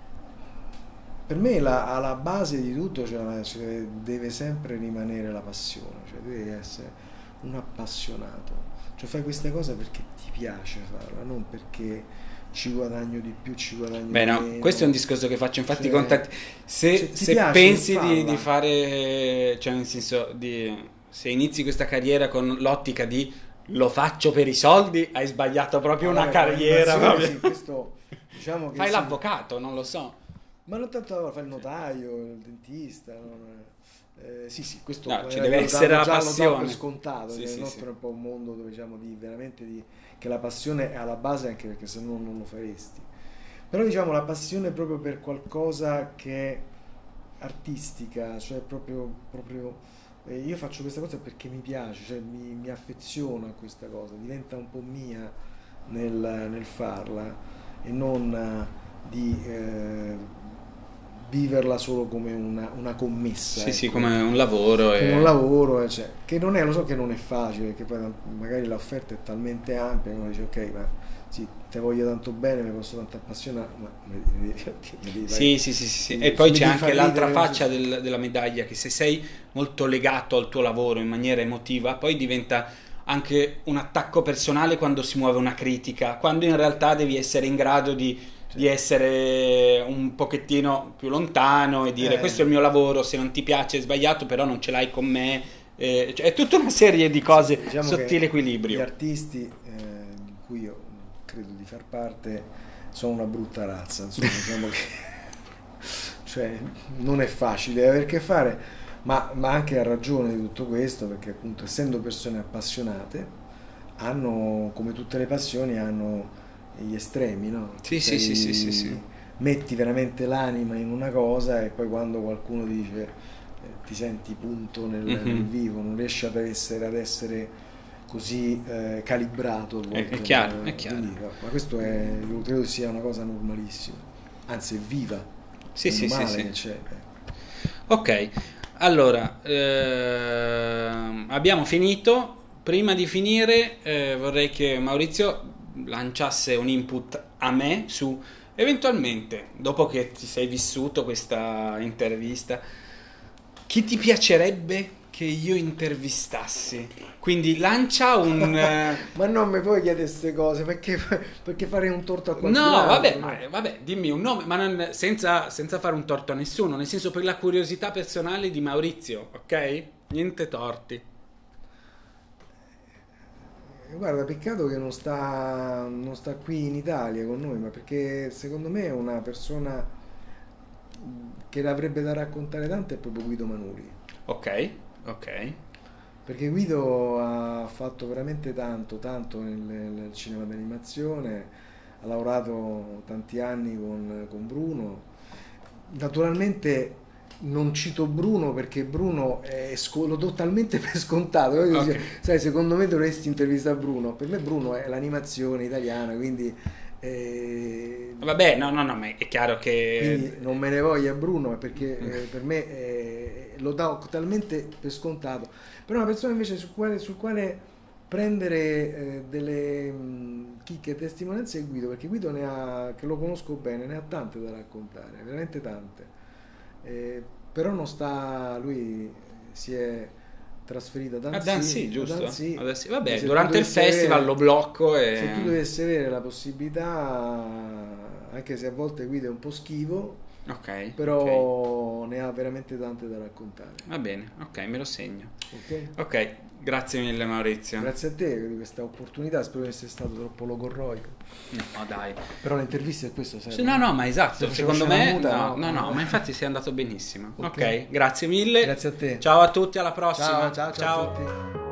per me la, alla base di tutto cioè, cioè, deve sempre rimanere la passione, cioè devi essere un appassionato, cioè fai questa cosa perché ti piace farla, non perché ci guadagno di più, ci guadagno Beh, di no, meno. questo è un discorso che faccio, infatti, Cioè, con tanti- se, cioè, ti se piace pensi di, farla. di fare, cioè nel senso, di, se inizi questa carriera con l'ottica di lo faccio per i soldi, hai sbagliato proprio una Vabbè, carriera. l'animazione, proprio. sì, questo, diciamo che Fai sì. l'avvocato, non lo so. Ma non tanto fai il notaio, il dentista, non- eh, sì sì, questo No, ci eh, deve lo essere danno la già, lo danno passione. per scontato, Sì, che sì, il nostro sì. è un po' un mondo dove diciamo di veramente di, che la passione è alla base, anche perché se no non lo faresti. Però diciamo la passione proprio per qualcosa che è artistica, cioè proprio, proprio eh, io faccio questa cosa perché mi piace, cioè mi, mi affeziono a questa cosa, diventa un po' mia nel, nel farla e non eh, di eh, viverla solo come una, una commessa. Sì, sì, ecco. come un lavoro. Come e- un lavoro, eh, cioè, che non è, lo so che non è facile, perché poi magari l'offerta è talmente ampia che uno dice ok, ma sì, te voglio tanto bene, mi posso tanto appassionare, ma mi devi- mi devi fare- Sì, sì, sì, sì, sì. mi- E poi mi c'è devi anche far l'altra ridere, faccia del- della medaglia, che se sei molto legato al tuo lavoro in maniera emotiva, poi diventa anche un attacco personale quando si muove una critica, quando in realtà devi essere in grado di, di essere un pochettino più lontano e dire Eh. questo è il mio lavoro, se non ti piace è sbagliato, però non ce l'hai con me. Eh, cioè, è tutta una serie di cose, Diciamo sottile che equilibrio. Gli artisti eh, di cui io credo di far parte sono una brutta razza, insomma, diciamo che cioè, non è facile avere a che fare, ma, ma anche a ragione di tutto questo, perché appunto essendo persone appassionate hanno, come tutte le passioni, hanno gli estremi, no? Sì, sì, sì, sì, sì, sì. Metti veramente l'anima in una cosa e poi quando qualcuno dice eh, ti senti punto nel, Mhm. nel vivo, non riesci ad essere, ad essere così eh, calibrato. È, è chiaro, è chiaro. Quindi, ma questo è, io credo sia una cosa normalissima, anzi è viva. Sì, è sì, sì, sì. che c'è. Ok, allora ehm, abbiamo finito. Prima di finire eh, vorrei che Maurizio lanciasse un input a me su, eventualmente, dopo che ti sei vissuto questa intervista, chi ti piacerebbe che io intervistassi? Quindi lancia un... Ma non mi puoi chiedere queste cose, perché, perché fare un torto a qualcuno? No, altro, vabbè, no? ma, vabbè, dimmi un nome, ma non- senza, senza fare un torto a nessuno, nel senso, per la curiosità personale di Maurizio, ok? Niente torti. Guarda, peccato che non sta, non sta qui in Italia con noi, ma perché secondo me è una persona che l'avrebbe da raccontare tanto è proprio Guido Manuli. Ok, ok. Perché Guido ha fatto veramente tanto, tanto nel, nel cinema d'animazione, ha lavorato tanti anni con, con Bruno. Naturalmente non cito Bruno perché Bruno è sco- lo do talmente per scontato. Ok. Sai, secondo me dovresti intervistare Bruno. Per me Bruno è l'animazione italiana, quindi... eh, Vabbè, no, no, no, ma è chiaro che... quindi non me ne voglia Bruno, perché eh, per me eh, lo do talmente per scontato. Però una persona invece sul quale, sul quale prendere eh, delle mh, chicche e testimonianze è Guido, perché Guido ne ha, che lo conosco bene, ne ha tante da raccontare, veramente tante. Eh, però non sta, lui si è trasferito ad A Annecy, Dancy, giusto? ad Annecy. Ad Annecy. Vabbè, Se tu durante il dovessi festival avere- lo blocco e... Se tu dovessi avere la possibilità, anche se a volte Guido è un po' schivo, Ok, ok. però ne ha veramente tante da raccontare. Va bene, ok, me lo segno. Ok? Ok, grazie mille Maurizio. Grazie a te di questa opportunità, spero di essere stato troppo logorroico. No, dai. Però l'intervista è questo, Sì, no, no, ma esatto, Se secondo facciamo me... una muta, no, no. no, no, ma infatti sei andato benissimo. Ok. Ok, grazie mille. Grazie a te. Ciao a tutti, alla prossima. Ciao, ciao, ciao a tutti.